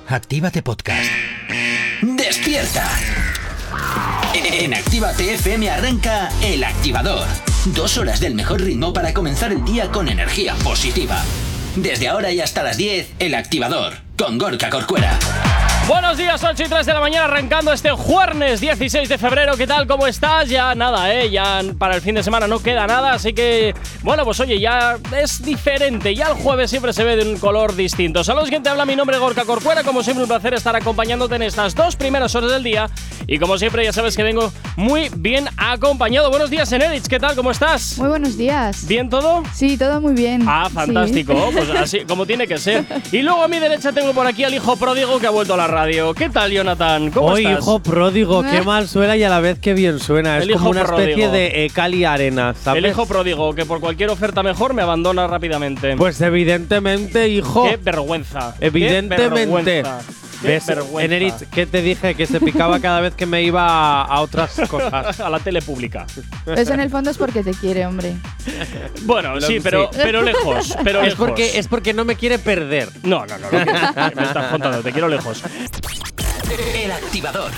Actívate Podcast. ¡Despierta! En Actívate FM arranca El Activador. 2 horas del mejor ritmo para comenzar el día con energía positiva. Desde ahora y hasta las 10, El Activador, con Gorka Corcuera. Buenos días, 8:03 de la mañana, arrancando este jueves 16 de febrero. ¿Qué tal? ¿Cómo estás? Ya nada, ya para el fin de semana no queda nada, así que, bueno, pues oye, ya es diferente. Ya el jueves siempre se ve de un color distinto. Saludos, quien te habla, mi nombre es Gorka Corcuera. Como siempre, un placer estar acompañándote en estas 2 primeras horas del día. Y como siempre, ya sabes que vengo muy bien acompañado. Buenos días, Enerich, ¿qué tal? ¿Cómo estás? Muy buenos días. ¿Bien todo? Sí, todo muy bien. Ah, fantástico, sí. Pues así como tiene que ser. Y luego a mi derecha tengo por aquí al hijo pródigo que ha vuelto a la radio. ¿Qué tal, Jonathan? ¿Cómo estás? Hijo pródigo, qué mal suena y a la vez qué bien suena. Es como una especie de cal y arena, ¿sabes? El hijo pródigo, que por cualquier oferta mejor me abandona rápidamente. Pues evidentemente, hijo. ¡Qué vergüenza! Evidentemente. ¿Ves? Enerich, ¿qué te dije? Que se picaba cada vez que me iba a otras cosas. A la tele pública. Eso en el fondo es porque te quiere, hombre. Bueno, sí, pero lejos. Pero es porque no me quiere perder. No. Me estás contando, te quiero lejos. El Activador.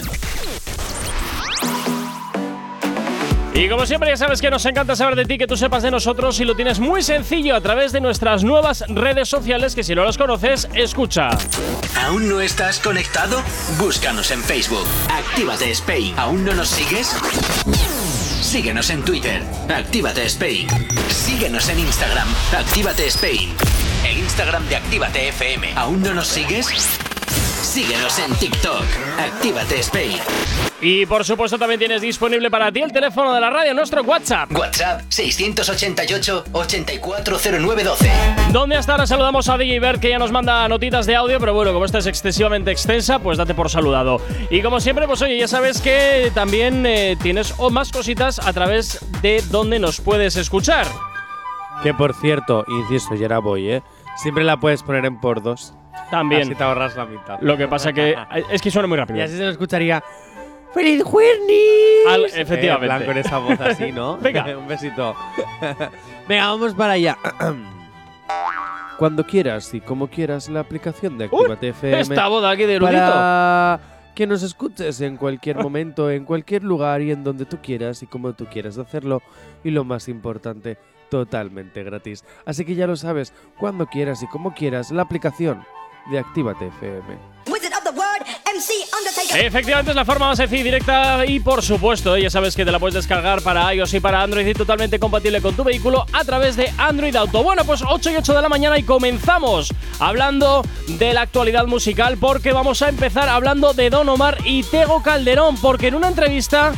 Y como siempre ya sabes que nos encanta saber de ti, que tú sepas de nosotros, y lo tienes muy sencillo a través de nuestras nuevas redes sociales, que si no las conoces, escucha. ¿Aún no estás conectado? Búscanos en Facebook. Actívate Spain. ¿Aún no nos sigues? Síguenos en Twitter. Actívate Spain. Síguenos en Instagram. Actívate Spain. El Instagram de Actívate FM. ¿Aún no nos sigues? Síguenos en TikTok. Actívate Spain. Y por supuesto también tienes disponible para ti el teléfono de la radio, nuestro WhatsApp. WhatsApp 688-840912. Donde hasta ahora saludamos a DJ Bert, que ya nos manda notitas de audio, pero bueno, como esta es excesivamente extensa, pues date por saludado. Y como siempre, pues oye, ya sabes que también tienes más cositas a través de donde nos puedes escuchar. Que por cierto, insisto, ya voy, siempre la puedes poner en por 2. También. Así te ahorras la mitad. Lo que pasa que es que suena muy rápido. Y así se lo escucharía. ¡Feliz jueves! Efectivamente. En plan, con esa voz así, ¿no? Venga. Un besito. Venga, vamos para allá. Cuando quieras y como quieras, la aplicación de Actívate FM. Esta boda aquí de erudito. Para que nos escuches en cualquier momento, en cualquier lugar y en donde tú quieras y como tú quieras hacerlo. Y lo más importante, totalmente gratis. Así que ya lo sabes, cuando quieras y como quieras, la aplicación de Actívate FM. Efectivamente es la forma más sencilla y directa, y por supuesto ya sabes que te la puedes descargar para iOS y para Android, y totalmente compatible con tu vehículo a través de Android Auto. Bueno, pues 8 y 8 de la mañana y comenzamos hablando de la actualidad musical, porque vamos a empezar hablando de Don Omar y Tego Calderón, porque en una entrevista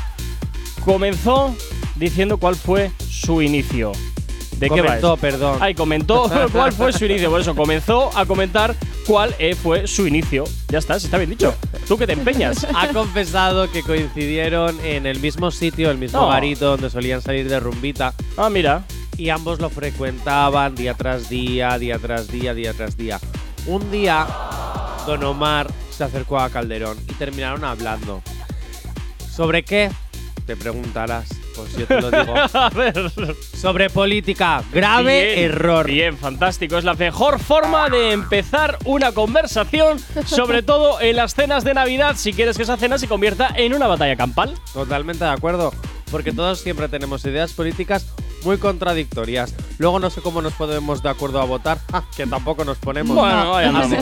comenzó diciendo cuál fue su inicio. ¿De qué va eso? Perdón. Comentó cuál fue su inicio. Por eso comenzó a comentar cuál fue su inicio. Ya está, si está bien dicho. Tú que te empeñas. Ha confesado que coincidieron en el mismo sitio, el mismo garito donde solían salir de rumbita. Ah, mira. Y ambos lo frecuentaban día tras día, día tras día, día tras día. Un día, Don Omar se acercó a Calderón y terminaron hablando. ¿Sobre qué? Te preguntarás. Pues yo te lo digo. A ver. Sobre política. Grave error. Bien, fantástico. Es la mejor forma de empezar una conversación, sobre todo en las cenas de Navidad, si quieres que esa cena se convierta en una batalla campal. Totalmente de acuerdo. Porque todos siempre tenemos ideas políticas muy contradictorias. Luego no sé cómo nos ponemos de acuerdo a votar, que tampoco nos ponemos. Bueno, ahí andamos.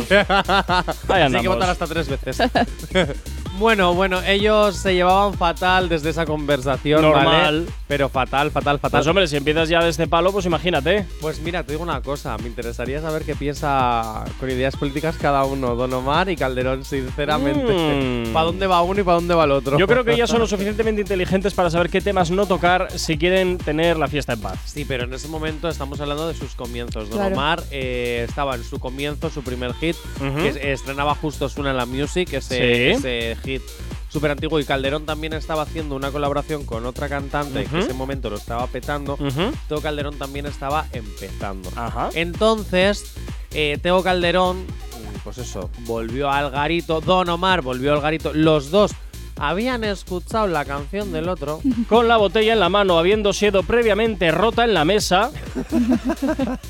Así que votar hasta 3 veces. Bueno, ellos se llevaban fatal desde esa conversación, normal, ¿vale? Pero fatal. Pues hombre, si empiezas ya de este palo, pues imagínate. Pues mira, te digo una cosa, me interesaría saber qué piensa con ideas políticas cada uno, Don Omar y Calderón, sinceramente. ¿Para dónde va uno y para dónde va el otro? Yo creo que ellos son lo suficientemente inteligentes para saber qué temas no tocar si quieren tener la fiesta en paz. Sí, pero en ese momento estamos hablando de sus comienzos. Don Claro. Omar estaba en su comienzo, su primer hit, que estrenaba justo Suena la Music, ese hit súper antiguo, y Calderón también estaba haciendo una colaboración con otra cantante que en ese momento lo estaba petando. Tego Calderón también estaba empezando. Entonces, Tego Calderón, pues eso, volvió al garito, Don Omar volvió al garito, los dos habían escuchado la canción del otro con la botella en la mano, habiendo sido previamente rota en la mesa.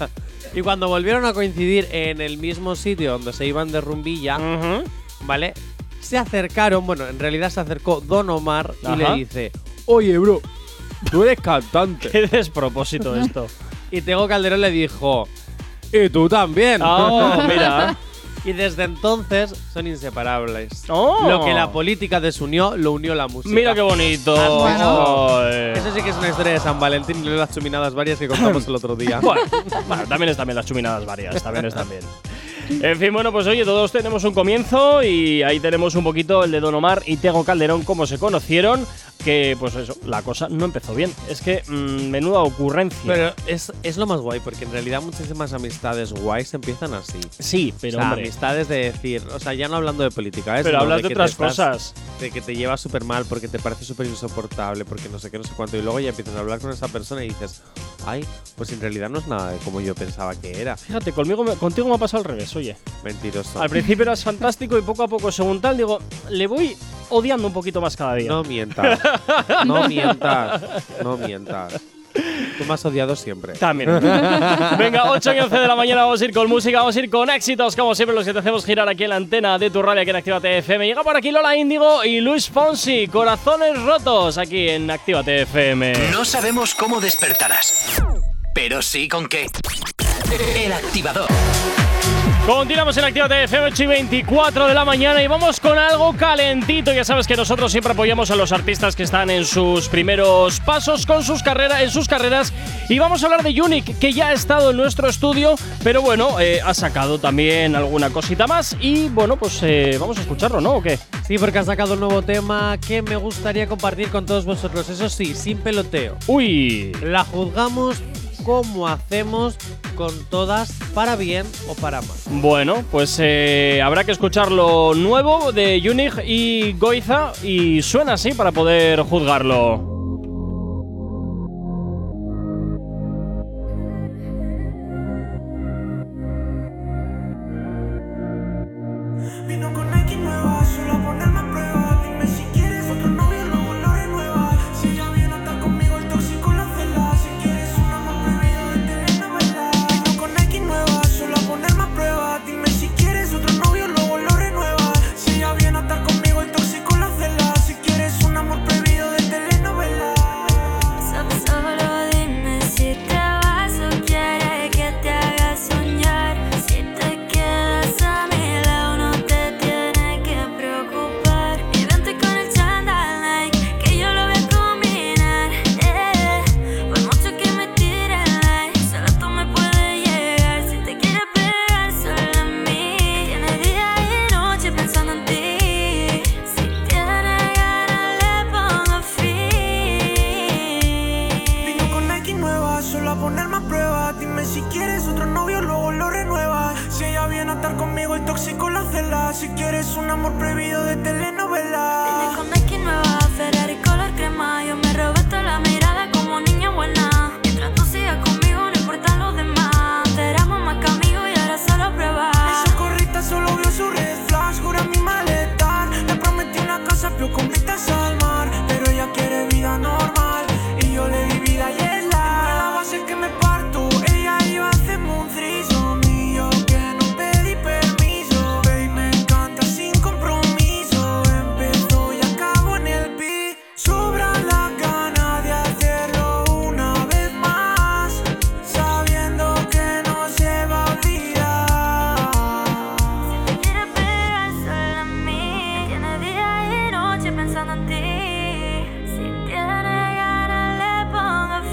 Y cuando volvieron a coincidir en el mismo sitio donde se iban de rumbilla, ¿vale? Se acercaron, bueno, en realidad se acercó Don Omar y le dice: oye, bro, tú eres cantante. Qué despropósito esto. Y Tego Calderón le dijo: y tú también. Oh, mira. Y desde entonces son inseparables. Oh. Lo que la política desunió, lo unió la música. Mira qué bonito. Bueno. Eso sí que es una historia de San Valentín y no las chuminadas varias que contamos el otro día. Bueno, también están bien las chuminadas varias, también están bien. En fin, bueno, pues oye, todos tenemos un comienzo y ahí tenemos un poquito el de Don Omar y Tego Calderón, cómo se conocieron, que pues eso, la cosa no empezó bien. Es que menuda ocurrencia. Pero es lo más guay, porque en realidad muchísimas amistades guays empiezan así. Sí, pero o sea, hombre, amistades de decir, o sea, ya no hablando de política, pero hablas de otras cosas. De que te llevas súper mal porque te parece súper insoportable, porque no sé qué, no sé cuánto, y luego ya empiezas a hablar con esa persona y dices: ay, pues en realidad no es nada de como yo pensaba que era. Fíjate, contigo me ha pasado al revés, oye. Mentiroso. Al principio eras fantástico y poco a poco, según tal, digo, le voy odiando un poquito más cada día. No mientas. No mientas. No mientas. Tú me has odiado siempre. También. Venga, 8 y 11 de la mañana, vamos a ir con música, vamos a ir con éxitos, como siempre, los que te hacemos girar aquí en la antena de tu radio, aquí en Actívate FM. Llega por aquí Lola Índigo y Luis Fonsi, Corazones Rotos, aquí en Actívate FM. No sabemos cómo despertarás, pero sí con qué. El Activador. Continuamos en Actívate FM, 8 y 24 de la mañana y vamos con algo calentito. Ya sabes que nosotros siempre apoyamos a los artistas que están en sus primeros pasos con sus carreras, y vamos a hablar de Unique, que ya ha estado en nuestro estudio, pero bueno, ha sacado también alguna cosita más y bueno, pues vamos a escucharlo, ¿no? ¿O qué? Sí, porque ha sacado un nuevo tema que me gustaría compartir con todos vosotros. Eso sí, sin peloteo. Uy. La juzgamos como hacemos con todas, para bien o para mal. Bueno, pues habrá que escuchar lo nuevo de Unique y Goiza y suena así para poder juzgarlo. Vino con Nike nueva, solo a ponerme a prueba. Dime si quieres otro novio, luego lo renueva. Si ella viene a estar conmigo, el tóxico la cela. Si quieres un amor prohibido de telenovela. Vino con Nike nueva, solo a ponerme a prueba. Dime si quieres otro novio, luego lo renueva. Si ella viene a estar conmigo, el tóxico la cela. Si quieres un amor prohibido de telenovela. Solo dime si te vas o quieres que te haga soñar. Si te quedas a mi lado, no te tienes que preocupar. Y vente con el chándal Nike, que yo lo voy a combinar. Por mucho que me tiren like, solo tú me puedes llegar. Si te quieres pegar solo a mí, tienes día y noche pensando en ti. Si tienes ganas le pongo fin. Vino con Nike nueva, solo a ponerme a prueba. Dime si quieres otro novio, luego lo renueva. Si ella viene a estar conmigo, el tóxico la cela. Si quieres un amor prohibido de telenovela. Vine con Nike nueva, Ferrari color crema. Yo me robé toda la mirada como niña buena. Mientras tú sigas conmigo, no importan los demás. Antes éramos más que amigos y ahora solo pruebas. Mi socorrista solo vio su red flash, jura mi malestar. Le prometí una casa, pero con vistas al mar. Pero ella quiere vida normal y yo le di vida y es la base que me parto. Ella iba a hacerme un threesome y yo que no pedí permiso. Baby, me encanta sin compromiso. Empezó y acabó en el beat. Sobra la gana de hacerlo una vez más, sabiendo que no se va a olvidar. Si te quieres pegar solo a mí, tienes día y noche pensando en ti. Si tienes ganas le pongo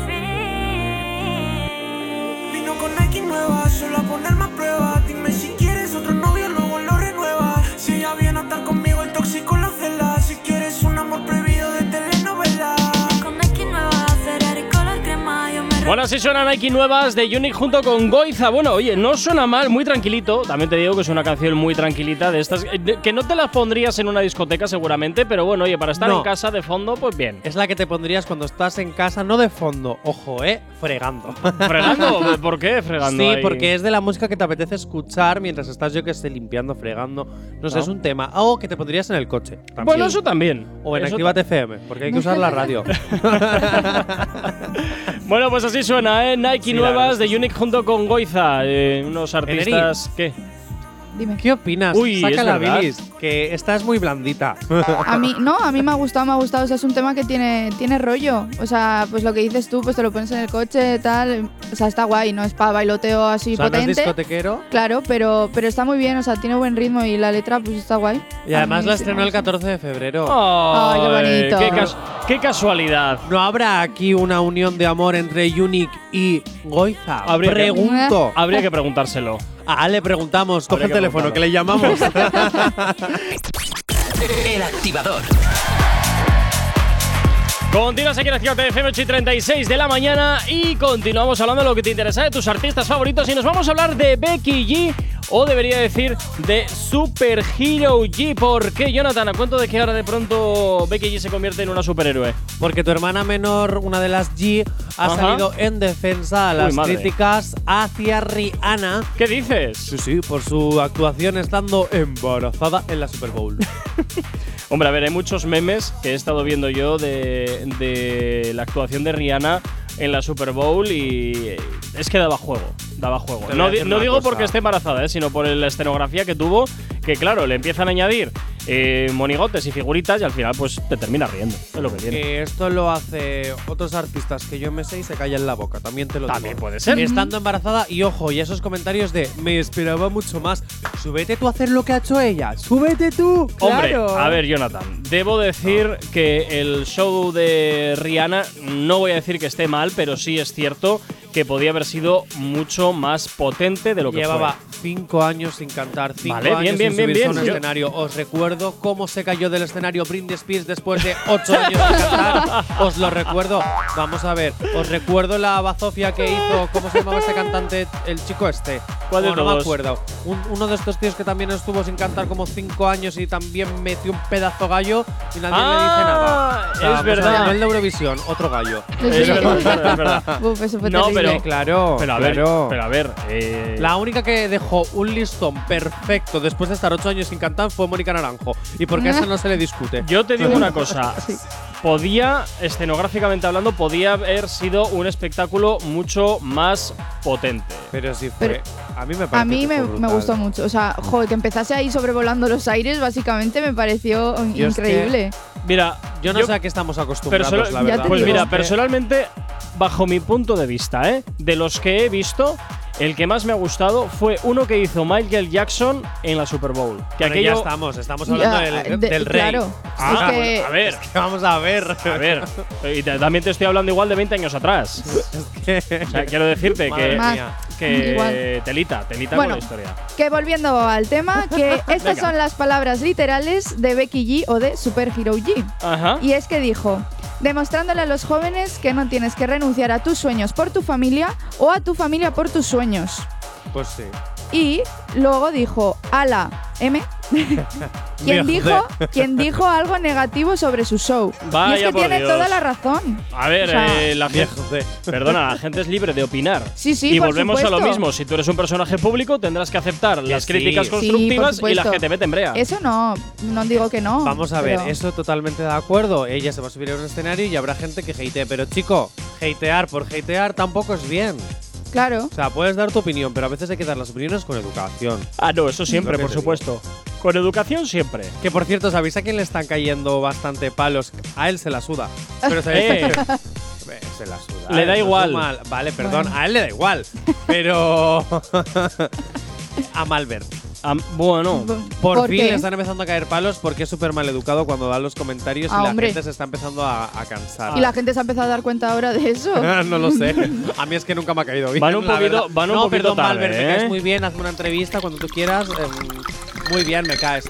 fin. Vino con Nike nueva, solo a ponerme a prueba. Dime si quieres otro novio, luego lo renueva. Si ella viene a estar conmigo, el tóxico la cela. Si quieres un amor prohibido de telenovela. Con Nike nueva, Ferrari color crema. Yo me robé. Bueno, así suenan Nike nuevas de Unique junto con Goiza. Bueno, oye, no suena mal, muy tranquilito. También te digo que es una canción muy tranquilita de estas, que no te las pondrías en una discoteca seguramente, pero bueno, oye, para estar No. en casa de fondo, pues bien. Es la que te pondrías cuando estás en casa, no de fondo, ojo, fregando. ¿Fregando? ¿Por qué fregando? Sí, ahí? porque es de la música que te apetece escuchar mientras estás, yo que sé, limpiando, fregando. No sé, ¿No? es un tema. O que te pondrías en el coche. también. Bueno, eso también. O en Eso Actívate FM, porque hay que usar la radio. Bueno, pues así suena, ¿eh? Nike Sí, nuevas la de Unique junto con Goiza. Unos artistas… ¿Qué? Dime. ¿Qué opinas? Uy, Saca es la verdad. bilis, que estás muy blandita. A mí me ha gustado. O sea, es un tema que tiene rollo. O sea, pues lo que dices tú, pues te lo pones en el coche, tal. O sea, está guay, no es para bailoteo así O sea, ¿no es potente. discotequero? Claro, pero está muy bien, o sea, tiene buen ritmo y la letra pues está guay. Y además A mí la sí estrenó me el gusta. 14 de febrero. Ay, qué bonito. Qué casualidad. ¿No habrá aquí una unión de amor entre Unique y Goiza? Habría que- Pregunto. Habría que preguntárselo. Le preguntamos. Coge Habría el que teléfono, preguntarlo. que le llamamos. El activador. Continúas aquí en Actívate FM 8 y 36 de la mañana y continuamos hablando de lo que te interesa de tus artistas favoritos y nos vamos a hablar de Becky G, o debería decir de Superhero G. ¿Por qué, Jonathan? ¿A cuento de que ahora de pronto Becky G se convierte en una superhéroe? Porque tu hermana menor, una de las G, ha Ajá. salido en defensa a las madre. críticas hacia Rihanna. ¿Qué dices? Sí, por su actuación estando embarazada en la Super Bowl. Hombre, a ver, hay muchos memes que he estado viendo yo de la actuación de Rihanna en la Super Bowl y es que daba juego. Te voy a No, decir no una digo cosa. porque esté embarazada, sino por la escenografía que tuvo, que claro, le empiezan a añadir monigotes y figuritas y al final pues te terminas riendo. Es lo que tiene. Que esto lo hace otros artistas que yo me sé y se callan la boca, también te lo También digo. puede ser. Estando embarazada y ojo, y esos comentarios de me esperaba mucho más. Súbete tú a hacer lo que ha hecho ella. Súbete tú. Hombre, Claro. a ver, Jonathan, debo decir que el show de Rihanna, no voy a decir que esté mal, pero sí es cierto que podía haber sido mucho más potente de lo que Llevaba fue. 5 años sin cantar, 5 Vale, años bien, bien, sin bien, subirse a un bien. Yo- escenario. Os recuerdo cómo se cayó del escenario Britney Spears después de 8 años sin cantar. Os lo recuerdo. Vamos a ver. Os recuerdo la bazofia que hizo. ¿Cómo se llamaba este cantante? El chico este. ¿Cuál de No me todos? acuerdo. Uno de estos tíos que también estuvo sin cantar como 5 años y también metió un pedazo gallo y nadie le dice nada. es vamos a ver, verdad. no el de Eurovisión, otro gallo. Es verdad, es verdad, es verdad. Uf, eso fue No, terrible. pero- Claro, Pero a ver, claro. La La única que dejó un listón perfecto después de estar 8 años sin cantar fue Mónica Naranjo. Y porque a esa no se le discute. Yo te digo una cosa. Sí. Podía, escenográficamente hablando, podía haber sido un espectáculo mucho más potente. Pero sí fue. Pero a mí me parece. A mí me gustó mucho. O sea, joder, que empezase ahí sobrevolando los aires, básicamente me pareció Yo es increíble. Mira, Yo no sé a qué estamos acostumbrados, Persona- la Ya verdad. te pues digo. mira, Es que- personalmente, bajo mi punto de vista, de los que he visto, el que más me ha gustado fue uno que hizo Michael Jackson en la Super Bowl. Que Bueno, aquello, ya estamos hablando del rey. Claro. Ah, es que a ver, Vamos a ver. a ver. Y también te estoy hablando igual de 20 años atrás. O sea, quiero decirte Madre que, Más. mía. que telita Bueno. con la historia. Que volviendo al tema, que estas Venga. son las palabras literales de Becky G o de Superhero G. Ajá. Y es que dijo, demostrándole a los jóvenes que no tienes que renunciar a tus sueños por tu familia o a tu familia por tus sueños. Pues sí. Y luego dijo, ala, M, quien dijo algo negativo sobre su show. y Vaya es que por tiene Dios. toda la razón. A ver, O sea, la gente. Perdona, la gente es libre de opinar. Sí, sí, y por volvemos a lo supuesto. mismo. Si tú eres un personaje público, tendrás que aceptar las sí. críticas Sí, por constructivas y las supuesto. que te meten brea. Eso no digo que no. Vamos a ver, pero- eso totalmente de acuerdo. Ella se va a subir a un escenario y habrá gente que hatee. Pero chico, hatear por hatear tampoco es bien. Claro. O sea, puedes dar tu opinión, pero a veces hay que dar las opiniones con educación. Ah, no, eso siempre, Lo que por te supuesto. Con educación siempre. Que por cierto, ¿sabéis a quién le están cayendo bastante palos? A él se la suda. Pero ¿sabéis? Se la suda. Le da no es igual. mal. Vale, perdón, Bueno. a él le da igual. Pero. a Malvert. Bueno, Por ¿Por fin qué? le están empezando a caer palos porque es súper mal educado cuando da los comentarios Ah, y la hombre. gente se está empezando a cansar. Y la gente se ha empezado a dar cuenta ahora de eso. No lo sé. A mí es que nunca me ha caído bien. Van un la poquito- verdad. van un no, poquito perdón, tarde, Malvert, me ¿eh? caes muy bien. Hazme una entrevista cuando tú quieras. Muy bien, me caes.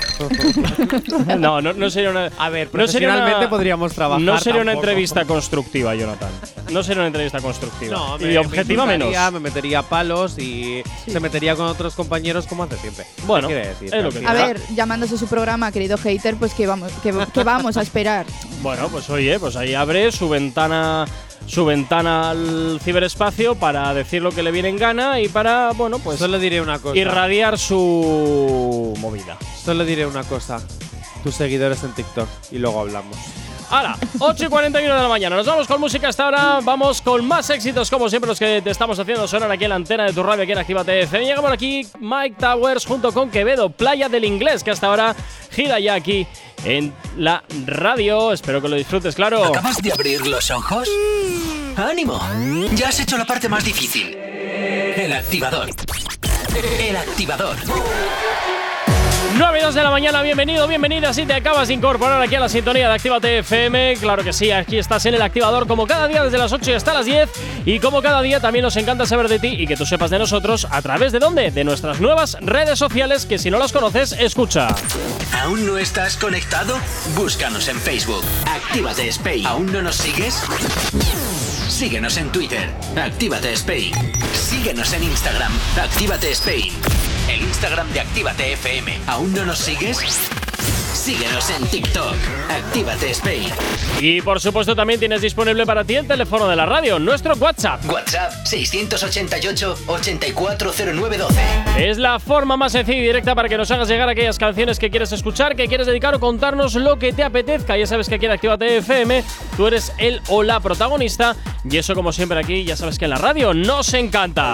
no sería una. A ver, no sería una- profesionalmente podríamos trabajar. No sería una tampoco. entrevista constructiva, Jonathan. No sería una entrevista constructiva. No, y objetiva me menos. insultaría, me metería palos y se metería con otros compañeros como hace siempre. Bueno, ¿Qué quiere decir? es lo Al que A final- ver, llamándose su programa, querido hater, pues que vamos a esperar. Bueno, pues oye, pues ahí abre su ventana al ciberespacio para decir lo que le viene en gana y para, bueno, pues Solo diré una cosa. irradiar su movida. Solo diré una cosa. Tus seguidores en TikTok y luego hablamos. Ahora, 8:41 de la mañana. Nos vamos con música hasta ahora. Vamos con más éxitos, como siempre, los que te estamos haciendo sonar aquí en la antena de tu radio, aquí en Actívate FM. Llega por aquí Mike Towers junto con Quevedo, Playa del Inglés, que hasta ahora gira ya aquí en la radio. Espero que lo disfrutes, claro. ¿Acabas de abrir los ojos? ¡Ánimo! Ya has hecho la parte más difícil. El activador. El activador. 9:02 de la mañana, bienvenido, bienvenida. Si te acabas de incorporar aquí a la sintonía de Actívate FM, claro que sí, aquí estás en el activador como cada día desde las 8 hasta las 10. Y como cada día también nos encanta saber de ti y que tú sepas de nosotros a través de ¿dónde? De nuestras nuevas redes sociales, que si no las conoces, escucha. ¿Aún no estás conectado? Búscanos en Facebook. Actívate Spain. ¿Aún no nos sigues? Síguenos en Twitter. Actívate Spain. Síguenos en Instagram. Actívate Spain. El Instagram de Actívate FM. ¿Aún no nos sigues? Síguenos en TikTok. Actívate Spain. Y por supuesto también tienes disponible para ti el teléfono de la radio, nuestro WhatsApp. WhatsApp 688-840912. Es la forma más sencilla y directa para que nos hagas llegar aquellas canciones que quieres escuchar, que quieres dedicar o contarnos lo que te apetezca. Ya sabes que aquí en Actívate FM tú eres el o la protagonista. Y eso, como siempre, aquí ya sabes que en la radio nos encanta.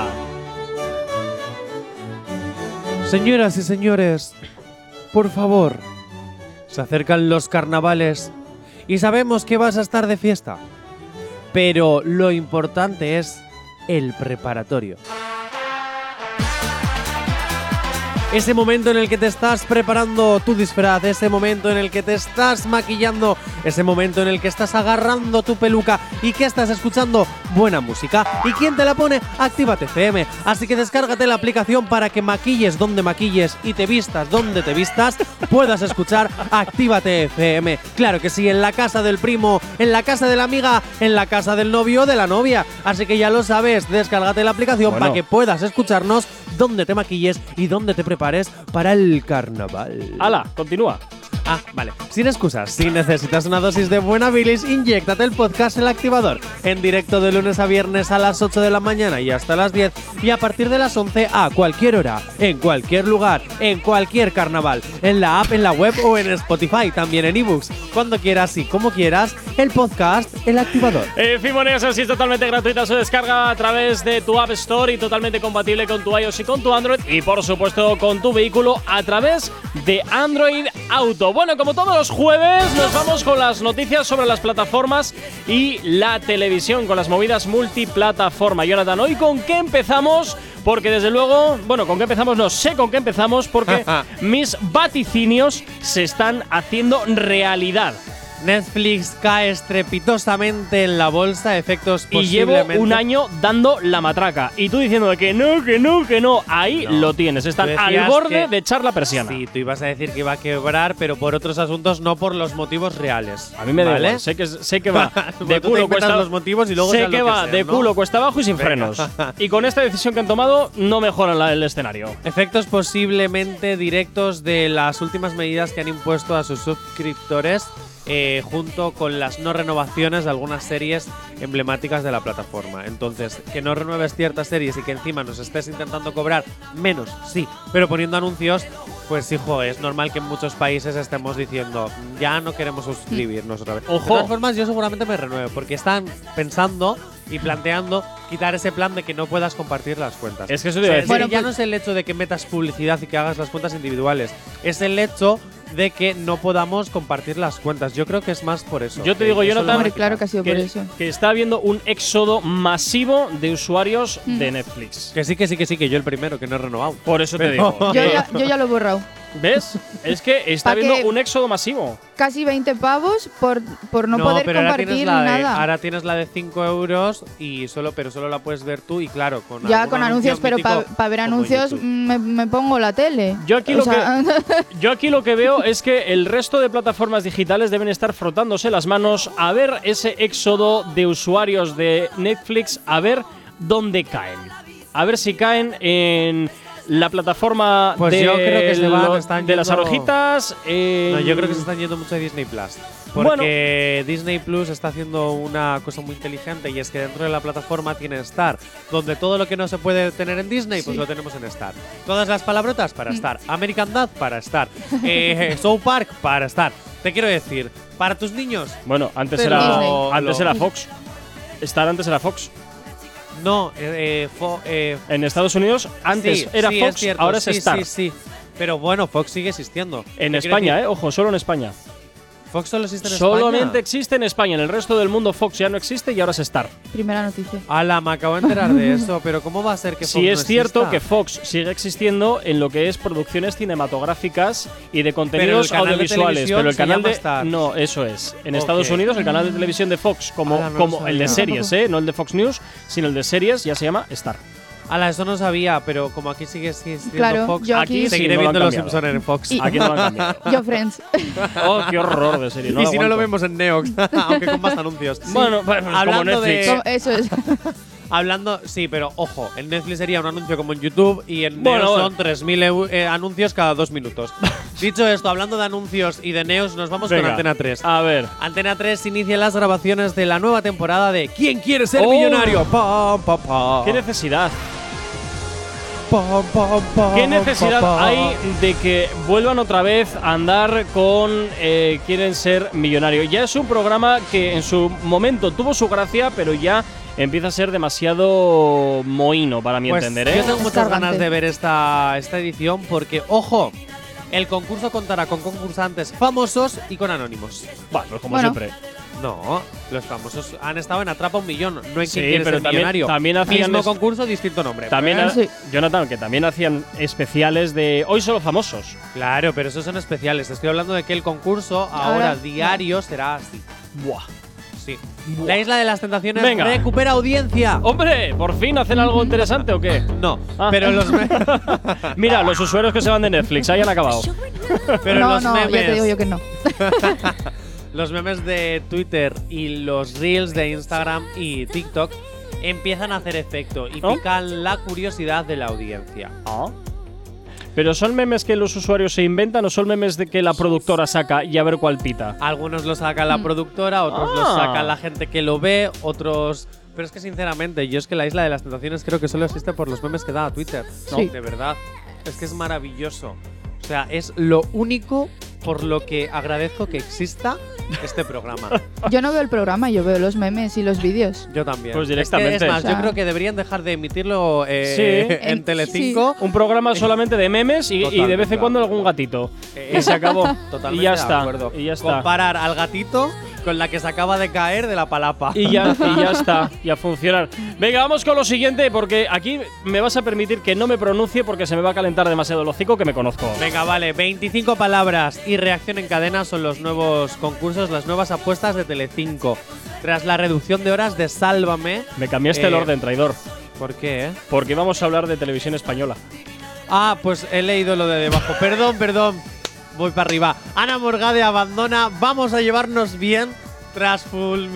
Señoras y señores, por favor, se acercan los carnavales y sabemos que vas a estar de fiesta, pero lo importante es el preparatorio. Ese momento en el que te estás preparando tu disfraz, ese momento en el que te estás maquillando, ese momento en el que estás agarrando tu peluca y que estás escuchando buena música. ¿Y quién te la pone? Actívate FM. Así que descárgate la aplicación para que maquilles donde maquilles y te vistas donde te vistas, puedas escuchar Actívate FM. Claro que sí, en la casa del primo, en la casa de la amiga, en la casa del novio o de la novia. Así que ya lo sabes, descárgate la aplicación para que puedas escucharnos donde te maquilles y donde te prepares para el carnaval. ¡Hala! Continúa. Ah, vale. Sin excusas, si necesitas una dosis de buena bilis, inyéctate el podcast El Activador. En directo de lunes a viernes a las 8 de la mañana y hasta las 10. Y a partir de las 11 a cualquier hora, en cualquier lugar, en cualquier carnaval. En la app, en la web o en Spotify, también en ebooks. Cuando quieras y como quieras, el podcast El Activador. Fimoneos, así es totalmente gratuita su descarga a través de tu App Store y totalmente compatible con tu iOS y con tu Android. Y por supuesto con tu vehículo a través de Android Auto. Bueno, como todos los jueves, nos vamos con las noticias sobre las plataformas y la televisión, con las movidas multiplataforma. Jonathan, ¿hoy con qué empezamos? Porque desde luego, bueno, ¿con qué empezamos? No sé con qué empezamos porque mis vaticinios se están haciendo realidad. Netflix cae estrepitosamente en la bolsa, efectos y llevo un año dando la matraca. Y tú diciendo que no, que no, que no. Ahí no lo tienes, están al borde de echar la persiana. Sí, tú ibas a decir que iba a quebrar, pero por otros asuntos, no por los motivos reales. A mí me da igual, sé que va de culo cuesta los motivos y luego sé que va de culo cuesta abajo y sin frenos. Y con esta decisión que han tomado no mejoran el escenario. Efectos posiblemente directos de las últimas medidas que han impuesto a sus suscriptores, junto con las no renovaciones de algunas series emblemáticas de la plataforma. Entonces, que no renueves ciertas series y que encima nos estés intentando cobrar menos, sí, pero poniendo anuncios, pues hijo, es normal que en muchos países estemos diciendo ya no queremos suscribirnos otra vez. Ojo. De todas formas, yo seguramente me renueve porque están pensando y planteando quitar ese plan de que no puedas compartir las cuentas. Es que eso te iba a decir. Bueno, ya no es el hecho de que metas publicidad y que hagas las cuentas individuales, es el hecho de que no podamos compartir las cuentas. Yo creo que es más por eso. Yo te digo, Jonathan, claro que ha sido por eso. Que está habiendo un éxodo masivo de usuarios de Netflix. Que sí, que yo el primero, que no he renovado. Por eso te digo. Yo ya lo he borrado. ¿Ves? Es que está habiendo un éxodo masivo. Casi 20 pavos por no poder compartir nada. Ahora tienes la de 5 euros y solo la puedes ver tú y claro, con anuncios, pero para ver anuncios me pongo la tele. Yo aquí lo que veo es que el resto de plataformas digitales deben estar frotándose las manos a ver ese éxodo de usuarios de Netflix, a ver dónde caen. A ver si caen en la plataforma pues yo creo que de las arrojitas. No, yo creo que se están yendo mucho de Disney Plus. Porque Disney Plus está haciendo una cosa muy inteligente y es que dentro de la plataforma tiene Star, donde todo lo que no se puede tener en Disney, pues lo tenemos en Star. Todas las palabrotas para Star. American Dad para Star. South Park para Star. te quiero decir, para tus niños. Bueno, antes Pero era Disney. antes era Fox. Star antes era Fox. No, En Estados Unidos antes sí, era sí, Fox, es cierto, ahora es sí, Star. Sí. Pero bueno, Fox sigue existiendo. En ¿Qué quiere España, decir? ojo, solo en España. Fox solo existe en España. Solamente existe en España. En el resto del mundo Fox ya no existe y ahora es Star. Primera noticia. Ala, me acabo de enterar de eso, pero ¿cómo va a ser que Fox Sí, es no cierto exista? que Fox sigue existiendo en lo que es producciones cinematográficas y de contenidos canal de audiovisuales, televisión pero el se canal llama de Star. no, eso es. En Ok. Estados Unidos el canal de televisión de Fox, como, Ala, no lo como el de sabía. series, no el de Fox News, sino el de series, ya se llama Star. Ala, eso no sabía, pero como aquí sigue existiendo Claro, Fox, yo aquí aquí. sí, seguiré no lo han viendo Los cambiado. Simpsons en Fox. Y- Aquí no lo han cambiado. Yo Friends. Oh, qué horror de serie. No y la si no lo aguanto. vemos en Neox, aunque con más anuncios. Bueno, pues como Hablando Netflix. Como- Eso es. Hablando, sí, pero ojo, en Netflix sería un anuncio como en YouTube y en Bueno, Neox bueno. son 3.000 anuncios cada 2 minutos. Dicho esto, hablando de anuncios y de Neox, nos vamos Venga, con Antena 3. A ver. Antena 3 inicia las grabaciones de la nueva temporada de ¿Quién quiere ser Oh. millonario? Pam, pam, pam. ¿Qué necesidad? Pam, pam, pam, ¿Qué necesidad pam, pam. hay de que vuelvan otra vez a andar con Quieren ser millonario? Ya es un programa que en su momento tuvo su gracia, pero ya empieza a ser demasiado mohíno para mi Pues entender, ¿eh? yo tengo muchas Cargante. ganas de ver esta edición porque, ojo, el concurso contará con concursantes famosos y con anónimos. Bueno, pues como Bueno. siempre. No, los famosos han estado en Atrapa un Millón, no en Sí, Quién quiere pero ser también- millonario. también hacían Mismo es- concurso, distinto nombre. También, Bueno, sí. Jonathan, que también hacían especiales de Hoy Solo Famosos. Claro, pero esos son especiales. Te estoy hablando de que el concurso ahora Ahora, diario será así. Buah. Sí. La Isla de las Tentaciones Venga. recupera audiencia. ¡Hombre! ¿Por fin hacen algo interesante o qué? No, Ah. pero los Mira, los usuarios que se van de Netflix hayan acabado. pero no, los no, memes, ya te digo yo que no. los memes de Twitter y los reels de Instagram y TikTok empiezan a hacer efecto y ¿Oh? pican la curiosidad de la audiencia. Ah. ¿Pero son memes que los usuarios se inventan o son memes de que la productora saca y a ver cuál pita? Algunos lo saca la productora, otros lo Ah. saca la gente que lo ve, otros… Pero es que sinceramente, yo es que la Isla de las Tentaciones creo que solo existe por los memes que da a Twitter. No, Sí. de verdad. Es que es maravilloso. O sea, es lo único por lo que agradezco que exista este programa. Yo no veo el programa, yo veo los memes y los vídeos. Yo también. Pues Es que, directamente. Es más, O sea, yo creo que deberían dejar de emitirlo Sí. en Telecinco. Un programa solamente de memes y de vez en Totalmente, cuando claro. algún gatito. Eh, Y se acabó. Totalmente y ya de está. acuerdo. Y ya está. Comparar al gatito con la que se acaba de caer de la palapa. Y ya está. Y a funcionar. Venga, vamos con lo siguiente, porque aquí me vas a permitir que no me pronuncie porque se me va a calentar demasiado el hocico que me conozco. Venga, vale, 25 palabras y reacción en cadena son los nuevos concursos, las nuevas apuestas de Telecinco. Tras la reducción de horas de Sálvame. Me cambiaste el orden, traidor. ¿Por qué, Porque vamos a hablar de televisión española. Ah, pues he leído lo de debajo. Perdón. Voy para arriba. Ana Morgade abandona Vamos a llevarnos bien tras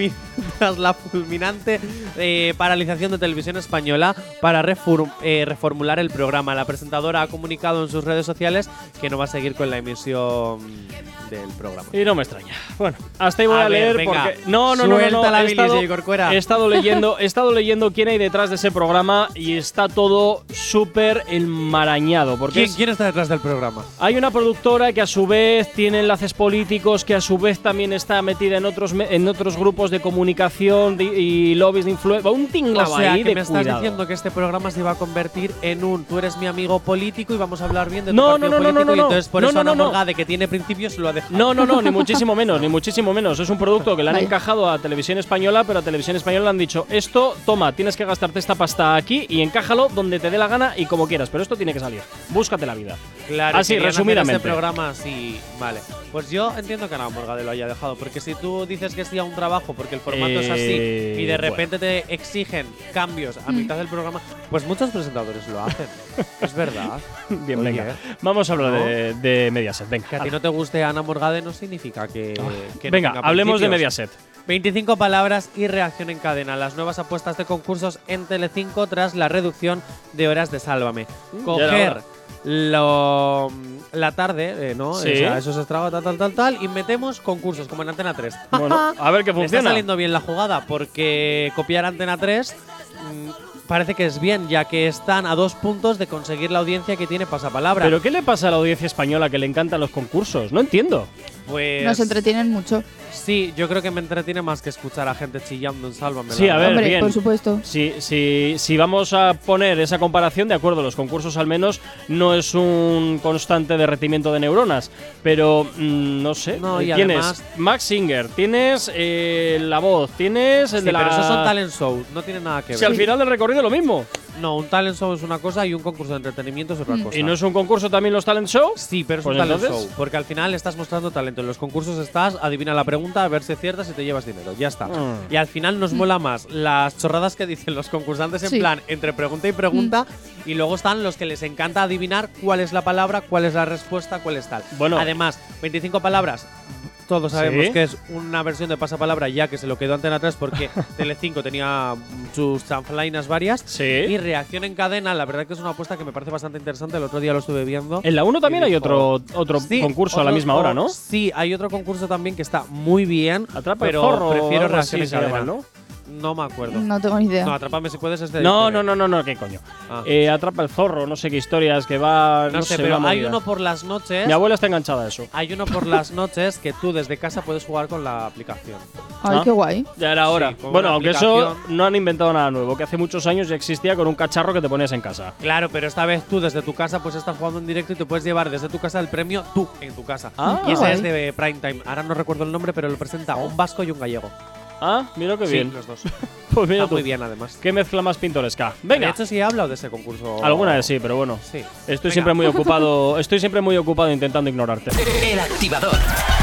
la fulminante paralización de Televisión Española para reformular el programa. La presentadora ha comunicado en sus redes sociales que no va a seguir con la emisión del programa. Y no me extraña. Bueno, hasta ahí voy a, ver, leer venga, porque no. suelta la He bilis, estado- J. Corcuera. he estado leyendo quién hay detrás de ese programa y está todo súper enmarañado. Porque ¿Quién está detrás del programa? hay una productora que a su vez tiene enlaces políticos, que a su vez también está metida en otros grupos de comunicación y lobbies de influencia. Un tinglado O sea, ahí que de me estás cuidado. diciendo que este programa se va a convertir en un tú eres mi amigo político y vamos a hablar bien de tu No, partido no, no, político no, y no, entonces por no, eso no, Ana no, no. Morgade, que tiene principios, lo ha dejado. No, ni muchísimo menos, ni muchísimo menos. Es un producto que le han Vaya. encajado a Televisión Española, pero a Televisión Española le han dicho, esto, toma, tienes que gastarte esta pasta aquí y encájalo donde te dé la gana y como quieras, pero esto tiene que salir. Búscate la vida. Claro, Así, querían hacer resumidamente. Este programa, sí, vale. Pues yo entiendo que Ana Morgade lo haya dejado, porque si tú dices que sí a un trabajo porque el formato es así y de repente te exigen cambios a mitad del programa, pues muchos presentadores lo hacen. Es verdad. Bien, Oye, venga. Vamos a hablar ¿no? de Mediaset, venga. Que a ti no te guste Ana Morgade no significa que no Venga, tenga hablemos de principios. Mediaset. 25 palabras y reacción en cadena. Las nuevas apuestas de concursos en Telecinco tras la reducción de horas de Sálvame. ya era Coger la tarde, ¿no? Sí. O sea, eso se estraba, tal, y metemos concursos, como en Antena 3. Bueno, a ver qué Le está funciona. saliendo bien la jugada, porque copiar Antena 3 parece que es bien, ya que están a 2 puntos de conseguir la audiencia que tiene Pasapalabra. ¿Pero qué le pasa a la audiencia española que le encantan los concursos? No entiendo. Pues Nos entretienen mucho. sí, yo creo que me entretiene más que escuchar a gente chillando en Sálvame. Sí, a ver, Hombre, bien. por supuesto. Si vamos a poner esa comparación, de acuerdo, los concursos al menos no es un constante derretimiento de neuronas, pero no sé, No, y tienes además- Max Singer, tienes La Voz, tienes el Sí, de la… pero esos son talent show, no tiene nada que ver. Si al final del recorrido lo mismo. No, un talent show es una cosa y un concurso de entretenimiento es otra cosa. ¿Y no es un concurso también los talent show? Sí, pero es Pues un talent entonces- show. Porque al final estás mostrando talento. En los concursos estás, adivina la pregunta, a ver si aciertas y te llevas dinero. Ya está. Y al final nos mola más las chorradas que dicen los concursantes en Sí. plan entre pregunta y pregunta. Y luego están los que les encanta adivinar cuál es la palabra, cuál es la respuesta, cuál es tal. Bueno. Además, 25 palabras. Todos sabemos Sí. que es una versión de Pasapalabra, ya que se lo quedó Antena 3 porque Telecinco tenía sus chanflainas varias. Sí. Y Reacción en Cadena, la verdad que es una apuesta que me parece bastante interesante. El otro día lo estuve viendo. En la 1 también Y hay dijo- otro Sí, concurso a la otro- misma hora, ¿no? Sí, hay otro concurso también que está muy bien. Atrapa el pero zorro o prefiero algo así Reacción en se llama, Cadena. ¿no? No me acuerdo. No tengo ni idea. No, Atrápame si puedes es de No, TV. ¿qué coño? Ah. Atrapa el zorro, no sé qué historias, que va… No sé, una pero hay movida. uno por las noches. Mi abuela está enganchada a eso. Hay uno por las noches que tú desde casa puedes jugar con la aplicación. Ay, ¿Ah? qué guay. Ya era hora. Sí, con Bueno, una aunque eso aplicación. no han inventado nada nuevo, que hace muchos años ya existía con un cacharro que te ponías en casa. Claro, pero esta vez tú desde tu casa pues estás jugando en directo y te puedes llevar desde tu casa el premio tú en tu casa. Ah, y ese guay. es de Prime Time. Ahora no recuerdo el nombre, pero lo presenta un vasco y un gallego. Ah, mira qué Sí, bien. los dos. Pues mira Está tú. muy bien además. Qué mezcla más pintoresca. De Venga. hecho, sí he hablado de ese concurso. Alguna vez sí, pero bueno. Sí. Estoy Venga. siempre muy ocupado. Estoy siempre muy ocupado intentando ignorarte. El activador.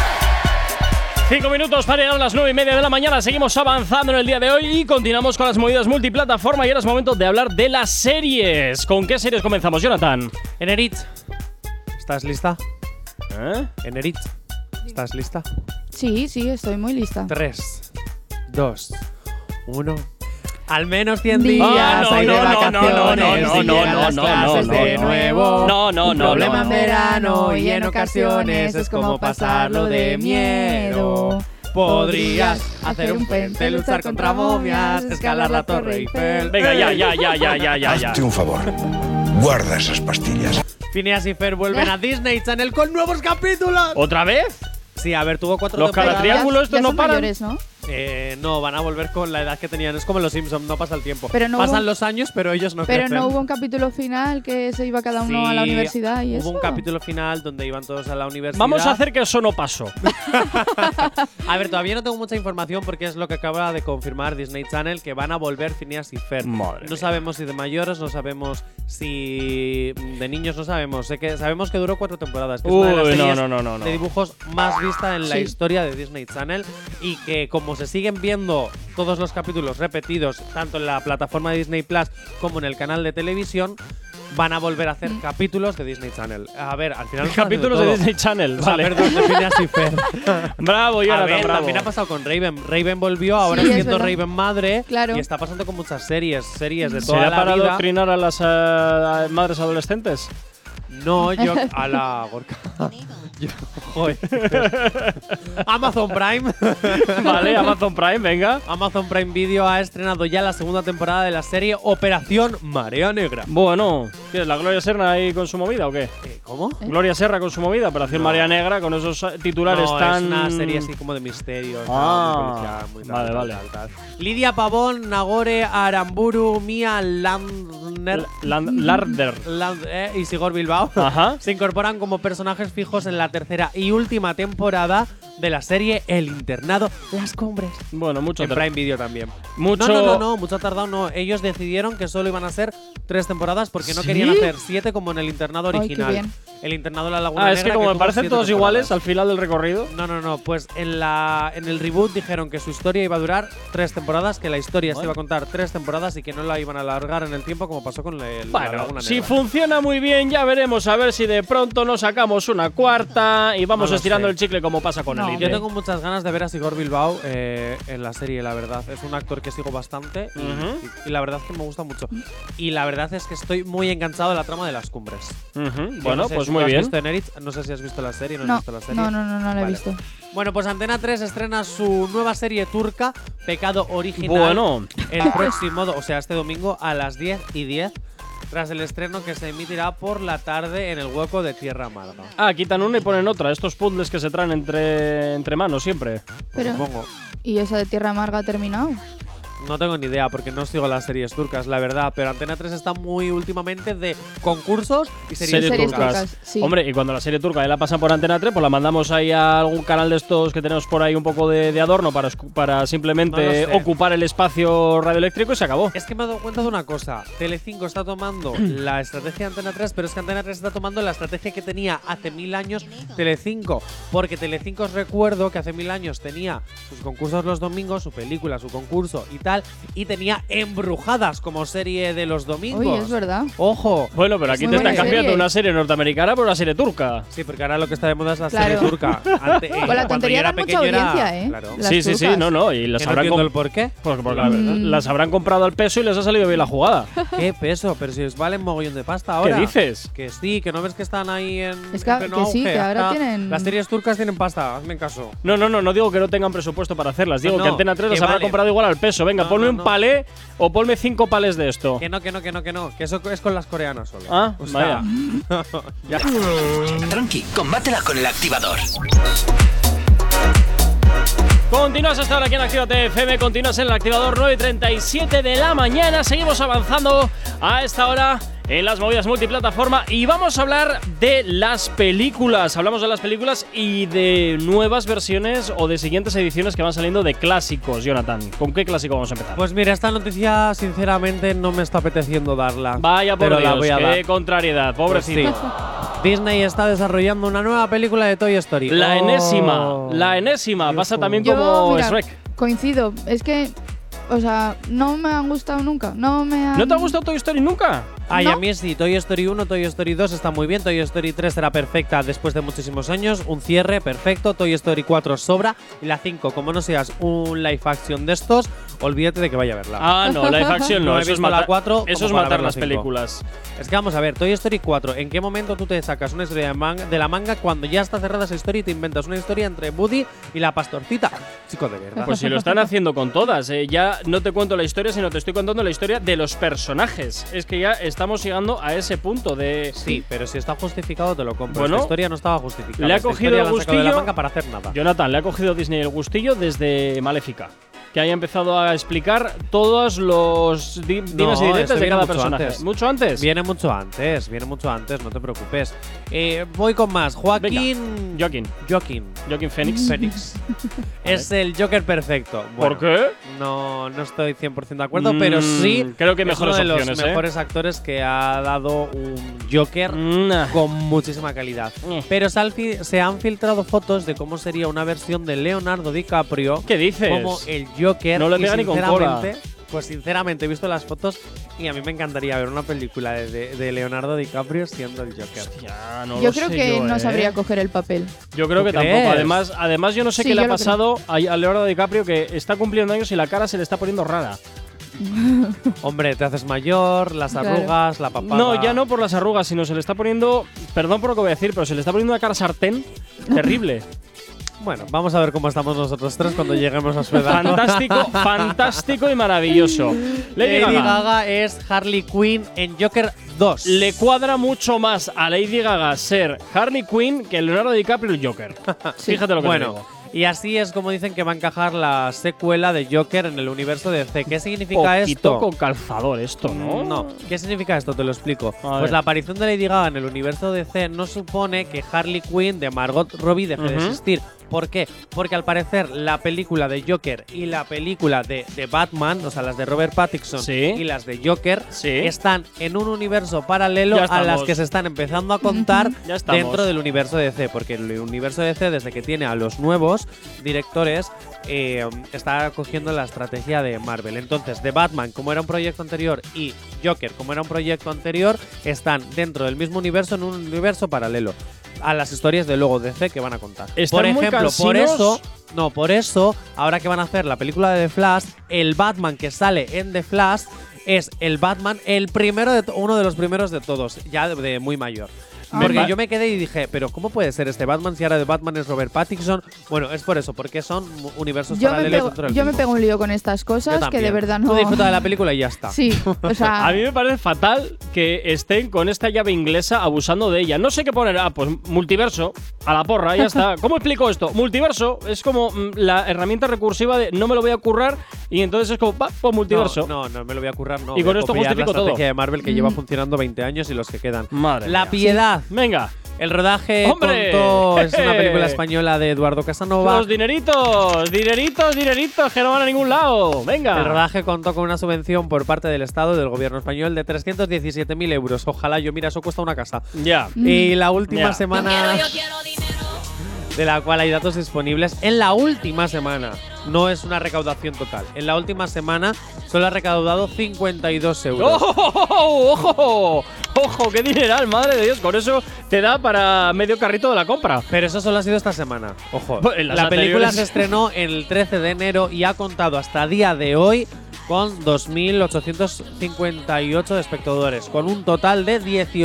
5 minutos para llegar a las 9:30 de la mañana. Seguimos avanzando en el día de hoy y continuamos con las movidas multiplataforma. Y ahora es momento de hablar de las series. ¿Con qué series comenzamos, Jonathan? Enerit. ¿Estás lista? ¿Eh? Enerit. ¿Estás lista? Sí, sí, estoy muy lista. 3, 2, 1. Al menos 100 Días días hay de vacaciones y llegan las clases de nuevo. No. Problema en verano y en ocasiones es como pasarlo de miedo. Podrías hacer un puente, luchar contra momias, escalar la Torre Eiffel. Venga, ya. Hazte un favor. Guarda esas pastillas. Phineas y Fer vuelven a Disney Channel con nuevos capítulos. ¿Otra vez? Sí, a ver, tuvo 4 Los temporadas. calatriángulos estos Ya no son paran. mayores, ¿no? No, van a volver con la edad que tenían. Es como los Simpsons, no pasa el tiempo. Pero no Pasan hubo- los años, pero ellos no Pero crecen. no hubo un capítulo final que se iba cada uno a la Sí, universidad y eso. Hubo un capítulo final donde iban todos a la universidad. Vamos a hacer que eso no pasó. A ver, todavía no tengo mucha información porque es lo que acaba de confirmar Disney Channel, que van a volver Phineas y Fer. Madre No mía. sabemos si de mayores, no sabemos si de niños, no sabemos. Sabemos que duró 4 temporadas, que es una de las Uy, series no. de dibujos más vista en la Sí. historia de Disney Channel y que como se siguen viendo todos los capítulos repetidos tanto en la plataforma de Disney Plus como en el canal de televisión, van a volver a hacer capítulos de Disney Channel. A ver, al final están haciendo Capítulos de todo. Disney Channel. Vale. Vale. Perdón, de Phineas y Fer. Bravo, A Jonathan, ver, bravo. también ha pasado con Raven. Raven volvió ahora Sí, es siendo verdad. Raven madre. Claro. Y está pasando con muchas series de toda ¿Será la para vida. adoctrinar a las madres adolescentes? No, yo a la Gorka. Joder. Amazon Prime. Vale, Amazon Prime, venga. Amazon Prime Video ha estrenado ya la segunda temporada de la serie Operación Marea Negra. Bueno, ¿qué es la Gloria Serra ahí con su movida o qué? ¿Cómo? Gloria Serra con su movida, Operación No. Marea Negra, con esos titulares No, tan… es una serie así como de misterio. Ah, muy policial, muy vale, vale. tal. Lidia Pavón, Nagore Aramburu, Mia Landner Larder. y Sigor Bilbao Ajá. se incorporan como personajes fijos en la tercera y última temporada de la serie El Internado Las Cumbres. Bueno, mucho En Prime Video también. Mucho… No, mucho ha tardado, no. Ellos decidieron que solo iban a ser 3 temporadas porque no ¿Sí? querían hacer 7 como en el internado Ay, qué original. bien. El internado de la Laguna Ah, Negra. es que como me tuvo parecen 7 todos temporadas. iguales al final del recorrido… No. Pues en el reboot dijeron que su historia iba a durar 3 temporadas, que la historia se iba a contar 3 temporadas y que no la iban a alargar en el tiempo como pasó con la Bueno, Laguna si Negra. funciona muy bien, ya veremos a ver si de pronto nos sacamos una cuarta y vamos No lo estirando sé. el chicle como pasa con No, Alice. Yo tengo muchas ganas de ver a Sigor Bilbao en la serie, la verdad. Es un actor que sigo bastante y la verdad es que me gusta mucho. Y la verdad es que estoy muy enganchado de la trama de las cumbres. Bueno, no sé pues si muy tú has bien. visto en Eritz, no sé si has visto la serie, No, has visto la serie. no la he Vale. visto. Bueno, pues Antena 3 estrena su nueva serie turca, Pecado Original, Bueno. el próximo, o sea, este domingo a las 10:10, tras el estreno que se emitirá por la tarde en el hueco de Tierra Amarga. Ah, quitan una y ponen otra. Estos puzzles que se traen entre manos siempre. Pero, Supongo. ¿y esa de Tierra Amarga ha terminado? No tengo ni idea porque no sigo las series turcas, la verdad, pero Antena 3 está muy últimamente de concursos y series Series turcas. turcas, sí. Hombre, y cuando la serie turca la pasan por Antena 3, pues la mandamos ahí a algún canal de estos que tenemos por ahí un poco de adorno para simplemente No lo sé. ocupar el espacio radioeléctrico y se acabó. Es que me he dado cuenta de una cosa. Telecinco está tomando la estrategia de Antena 3, pero es que Antena 3 está tomando la estrategia que tenía hace 1000 años Telecinco. Porque Telecinco, os recuerdo que hace 1000 años tenía sus concursos los domingos, su película, su concurso y tal, y tenía Embrujadas como serie de los domingos. Uy, es verdad. ¡Ojo! Bueno, pero aquí Muy te están buena cambiando serie. una serie norteamericana por una serie turca. Sí, porque ahora lo que está de moda es la Claro. serie turca. Con la tontería era dan mucha pequeño era… audiencia, ¿eh? Claro. Las Sí, turcas. no, y las Que no habrán, entiendo el por qué. porque las habrán comprado al peso y les ha salido bien la jugada. ¿Qué peso? Pero si os valen mogollón de pasta ahora. ¿Qué dices? Que sí, que no ves que están ahí en. Es que- en pleno que sí, auge. que ahora Ah, tienen- Las series turcas tienen pasta, hazme caso. No digo que no tengan presupuesto para hacerlas. Digo No, que Antena 3 las que habrá vale. comprado igual al peso. Venga, No, ponme no, un no. palé o ponme 5 palés de esto. Que no. Que eso es con las coreanas solo. Ah, O sea, ya. Tranqui, combátela con el activador. Continúas hasta ahora aquí en Actívate FM, continúas en el activador 9:37 de la mañana. Seguimos avanzando a esta hora en las movidas multiplataforma y vamos a hablar de las películas. Hablamos de las películas y de nuevas versiones o de siguientes ediciones que van saliendo de clásicos. Jonathan, ¿con qué clásico vamos a empezar? Pues mira, esta noticia sinceramente no me está apeteciendo darla. Vaya por pero la Dios, voy a qué dar. contrariedad, Pues pobrecito. sí. Disney está desarrollando una nueva película de Toy Story. La enésima, Oh. pasa Dios. también Yo, como mira, Shrek. coincido. Es que, o sea, no me han gustado nunca. No ¿No te ha gustado Toy Story nunca? Ay, ¿No? a mí sí, Toy Story 1, Toy Story 2 está muy bien, Toy Story 3 será perfecta después de muchísimos años, un cierre perfecto, Toy Story 4 sobra y la 5, como no seas un live action de estos, olvídate de que vaya a verla. Ah, no, live action no, No he eso es visto la matar, 4 eso como es para matar ver la las 5. películas. Es que vamos a ver, Toy Story 4, ¿en qué momento tú te sacas una historia de la manga cuando ya está cerrada esa historia y te inventas una historia entre Woody y la pastorcita? Chico, de verdad. Pues si lo están haciendo con todas, ya no te cuento la historia, sino te estoy contando la historia de los personajes. Es que ya estamos llegando a ese punto de… Sí, pero si está justificado te lo compro. Bueno, Esta historia no estaba justificada. le ha Esta cogido historia el la han sacado de la gustillo. manga para hacer nada. Jonathan, le ha cogido Disney el gustillo desde Maléfica. Que haya empezado a explicar todos los dimes No, y diretes esto de viene cada mucho personaje. antes. ¿Mucho antes? Viene mucho antes, no te preocupes. Voy con más. Joaquín Joaquin Phoenix. es el Joker perfecto. Bueno, ¿Por qué? No estoy 100% de acuerdo, pero sí creo que es mejores uno de opciones, los mejores actores que ha dado un Joker Nah. con muchísima calidad. Pero se han filtrado fotos de cómo sería una versión de Leonardo DiCaprio ¿Qué dices? como el Joker. No le y pega ni con cola. Pues sinceramente he visto las fotos y a mí me encantaría ver una película de Leonardo DiCaprio siendo el Joker. Hostia, no Yo lo creo sé que yo, no ¿eh? sabría coger el papel. Yo creo ¿Tú que crees? tampoco. Además, yo no sé Sí, qué le ha yo lo pasado a Leonardo DiCaprio, que está cumpliendo años y la cara se le está poniendo rara. Hombre, te haces mayor, las Claro. arrugas, la papada. No, ya no por las arrugas, sino se le está poniendo… Perdón por lo que voy a decir, pero se le está poniendo una cara sartén terrible. Bueno, vamos a ver cómo estamos nosotros tres cuando lleguemos a su edad. Fantástico y maravilloso. Lady Lady Gaga. Gaga es Harley Quinn en Joker 2. Le cuadra mucho más a Lady Gaga ser Harley Quinn que Leonardo DiCaprio el Joker. Fíjate lo que te Bueno, digo. y así es como dicen que va a encajar la secuela de Joker en el universo de DC. ¿Qué significa Poquito esto? con calzador esto, ¿no? No. ¿Qué significa esto? Te lo explico. A Pues ver. la aparición de Lady Gaga en el universo DC no supone que Harley Quinn de Margot Robbie deje de Ujú. existir. ¿Por qué? Porque al parecer la película de Joker y la película de Batman, o sea, las de Robert Pattinson Sí. y las de Joker, Sí. están en un universo paralelo Ya a estamos. las que se están empezando a contar Ya estamos. dentro del universo DC. Porque el universo DC, desde que tiene a los nuevos directores, está cogiendo la estrategia de Marvel. Entonces, de Batman, como era un proyecto anterior, y Joker, como era un proyecto anterior, están dentro del mismo universo, en un universo paralelo. a las historias de luego DC que van a contar. Están Por ejemplo, muy cansinos. por eso, ahora que van a hacer la película de The Flash, el Batman que sale en The Flash es el Batman, uno de los primeros de todos, ya de muy mayor. Porque yo me quedé y dije, pero ¿cómo puede ser este Batman si ahora de Batman es Robert Pattinson? Bueno, es por eso, porque son universos paralelos dentro del Yo me mismo. pego un lío con estas cosas que de verdad no. Tú disfruta de la película y ya está. Sí, o sea. A mí me parece fatal que estén con esta llave inglesa abusando de ella. No sé qué poner. Pues multiverso, a la porra, ya está. ¿Cómo explico esto? Multiverso es como la herramienta recursiva de no me lo voy a currar y entonces es como, pues multiverso. No me lo voy a currar, no. Y con Voy a esto copiar justifico la estrategia todo. de Marvel que lleva funcionando 20 años y los que quedan. Madre La mía. piedad. Venga. El rodaje ¡Hombre! contó, es una película española de Eduardo Casanova. Los dineritos, que no van a ningún lado. Venga. El rodaje contó con una subvención por parte del Estado y del gobierno español de 317.000 euros. Ojalá, eso cuesta una casa. Ya. Y la última Ya. semana, de la cual hay datos disponibles, en la última semana, no es una recaudación total. En la última semana solo ha recaudado 52 euros. ¡Ojo! ¡Ojo! ¡Qué dineral, madre de Dios! Con eso te da para medio carrito de la compra. Pero eso solo ha sido esta semana. Ojo. Pues en las La película anteriores- se estrenó el 13 de enero y ha contado hasta día de hoy con 2.858 espectadores, con un total de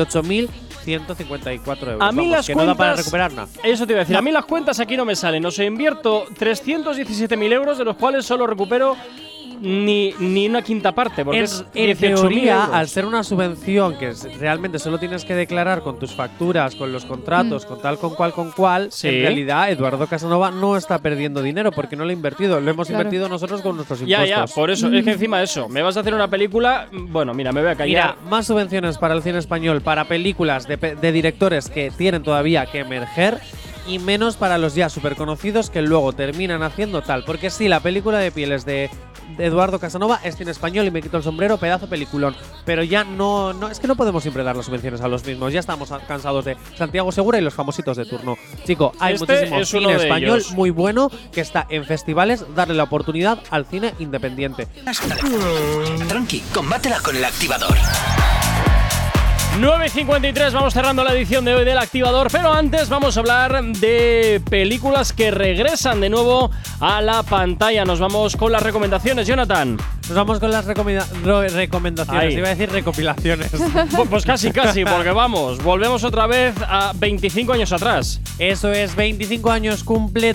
18.154 euros. A mí las que no da para cuentas- recuperar nada. Eso te iba a decir. A mí las cuentas aquí no me salen. O sea, invierto 317.000 euros, de los cuales solo recupero ni una quinta parte. Porque es En 18.000 teoría, euros. al ser una subvención que realmente solo tienes que declarar con tus facturas, con los contratos, con tal, con cual, Sí. en realidad Eduardo Casanova no está perdiendo dinero porque no lo ha invertido. Lo hemos Claro. invertido nosotros con nuestros Ya, impuestos. por eso. Es que encima de eso, me vas a hacer una película. Bueno, mira, me voy a callar. Mira, más subvenciones para el cine español, para películas de directores que tienen todavía que emerger y menos para los ya súper conocidos que luego terminan haciendo tal. Porque sí, la película de Pieles de Eduardo Casanova es cine español y me quito el sombrero, pedazo peliculón. Pero ya no, es que no podemos siempre dar las subvenciones a los mismos. Ya estamos cansados de Santiago Segura y los famositos de turno. Chico, hay Este muchísimo es uno cine de español ellos. muy bueno que está en festivales. Darle la oportunidad al cine independiente. Tranqui, combátela con el activador. 9:53, vamos cerrando la edición de hoy del Activador, pero antes vamos a hablar de películas que regresan de nuevo a la pantalla. Nos vamos con las recomendaciones, Jonathan. Nos vamos con las recomendaciones. Ahí. Iba a decir recopilaciones. Pues casi, porque vamos, volvemos otra vez a 25 años atrás. Eso es, 25 años cumple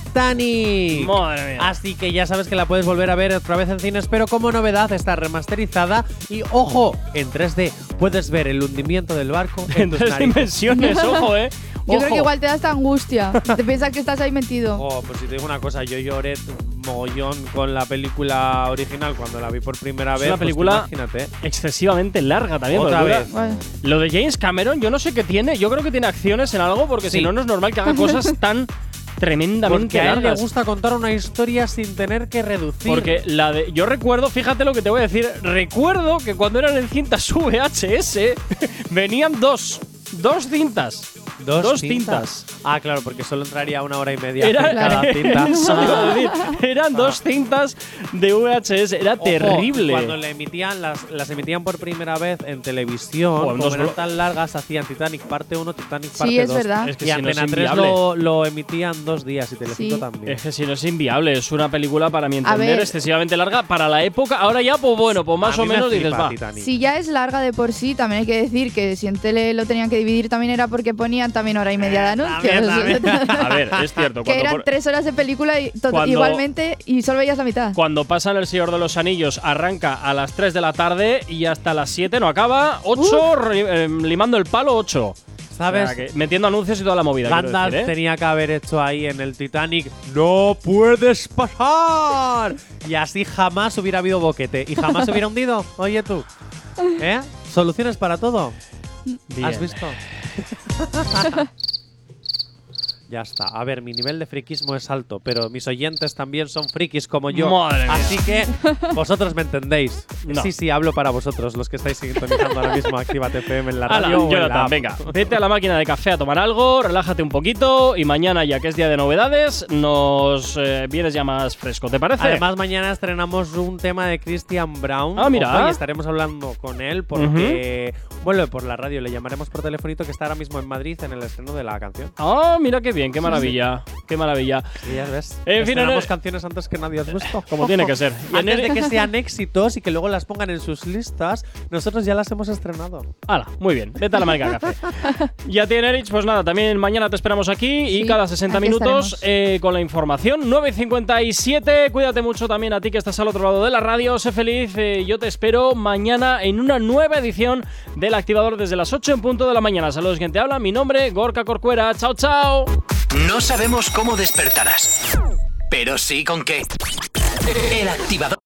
Titanic. Madre mía. Así que ya sabes que la puedes volver a ver otra vez en cines, pero como novedad está remasterizada y, ojo, en 3D. Puedes ver el hundimiento del barco en En tus 3 narices. dimensiones, ojo, Yo creo Ojo. que igual te da esta angustia. Te piensas que estás ahí metido. Oh, pues si te digo una cosa, yo lloré mogollón con la película original cuando la vi por primera Es vez. una pues tú película imagínate. excesivamente larga también. Otra porque vez. Bueno, Lo de James Cameron, yo no sé qué tiene. Yo creo que tiene acciones en algo, porque Sí. si no, no es normal que haga cosas tan tremendamente Porque a él le largas. gusta contar una historia sin tener que reducir. Porque yo recuerdo, fíjate lo que te voy a decir, recuerdo que cuando eran en cintas VHS venían dos cintas. Dos cintas. Ah, claro, porque solo entraría 1 hora y media Era- cada cinta. Eso iba a decir. Eran dos cintas de VHS, era Ojo, terrible. Cuando le emitían las emitían por primera vez en televisión, Joder, como dos eran blo- tan largas, hacían Titanic parte 1, Titanic parte 2. sí, es verdad. Es que Y si no es Antena 3 inviable. lo emitían 2 días y Telecinco Sí. también. Es que si no es inviable, es una película para mi A entender ver. excesivamente larga para la época. Ahora ya, pues bueno, pues más A o mí me menos dices, flipa va. Titanic. Si ya es larga de por sí, también hay que decir que si en tele lo tenían que dividir también era porque ponían también hora y media de anuncios. también. A ver, es cierto. que eran 3 horas de película y Cuando- igualmente y solo veías la mitad. Cuando pasan El Señor de los Anillos, arranca a las 3 de la tarde y hasta las 7 no acaba. 8, limando el palo, 8. ¿Sabes? O sea, que metiendo anuncios y toda la movida. quiero Gandalf decir, ¿eh? tenía que haber hecho ahí en el Titanic ¡No puedes pasar! Y así jamás hubiera habido boquete y jamás se hubiera hundido. Oye tú. ¿Eh? ¿Soluciones para todo? Bien. ¿Has visto? Ya está. A ver, mi nivel de friquismo es alto, pero mis oyentes también son frikis como yo. Madre mía. Así que vosotros me entendéis. No. Sí, hablo para vosotros, los que estáis sintonizando ahora mismo Actívate FM en la Hala, radio. o en la Jonathan, app. venga, vete a la máquina de café a tomar algo, relájate un poquito y mañana, ya que es día de novedades, nos vienes ya más fresco, ¿te parece? Además, mañana estrenamos un tema de Christian Brown. Ah, mira. Ojo, y estaremos hablando con él porque, bueno, por la radio le llamaremos por telefonito, que está ahora mismo en Madrid en el estreno de la canción. Ah, mira qué bien, qué maravilla, qué maravilla. Y ya ves. En fin, Estrenamos canciones antes que nadie has visto. Como tiene que ser. Y Antes de que sean éxitos y que luego las pongan en sus listas, nosotros ya las hemos estrenado. Hala, muy bien, vete a la máquina de café. Ya tiene Erich, pues nada, también mañana te esperamos aquí y Sí, cada 60 aquí minutos con la información. 9:57, cuídate mucho también a ti que estás al otro lado de la radio, sé feliz, yo te espero mañana en una nueva edición del Activador desde las 8 en punto de la mañana. Saludos, quien te habla, mi nombre, Gorka Corcuera, chao, chao. No sabemos cómo despertarás, pero sí con qué. El Activador.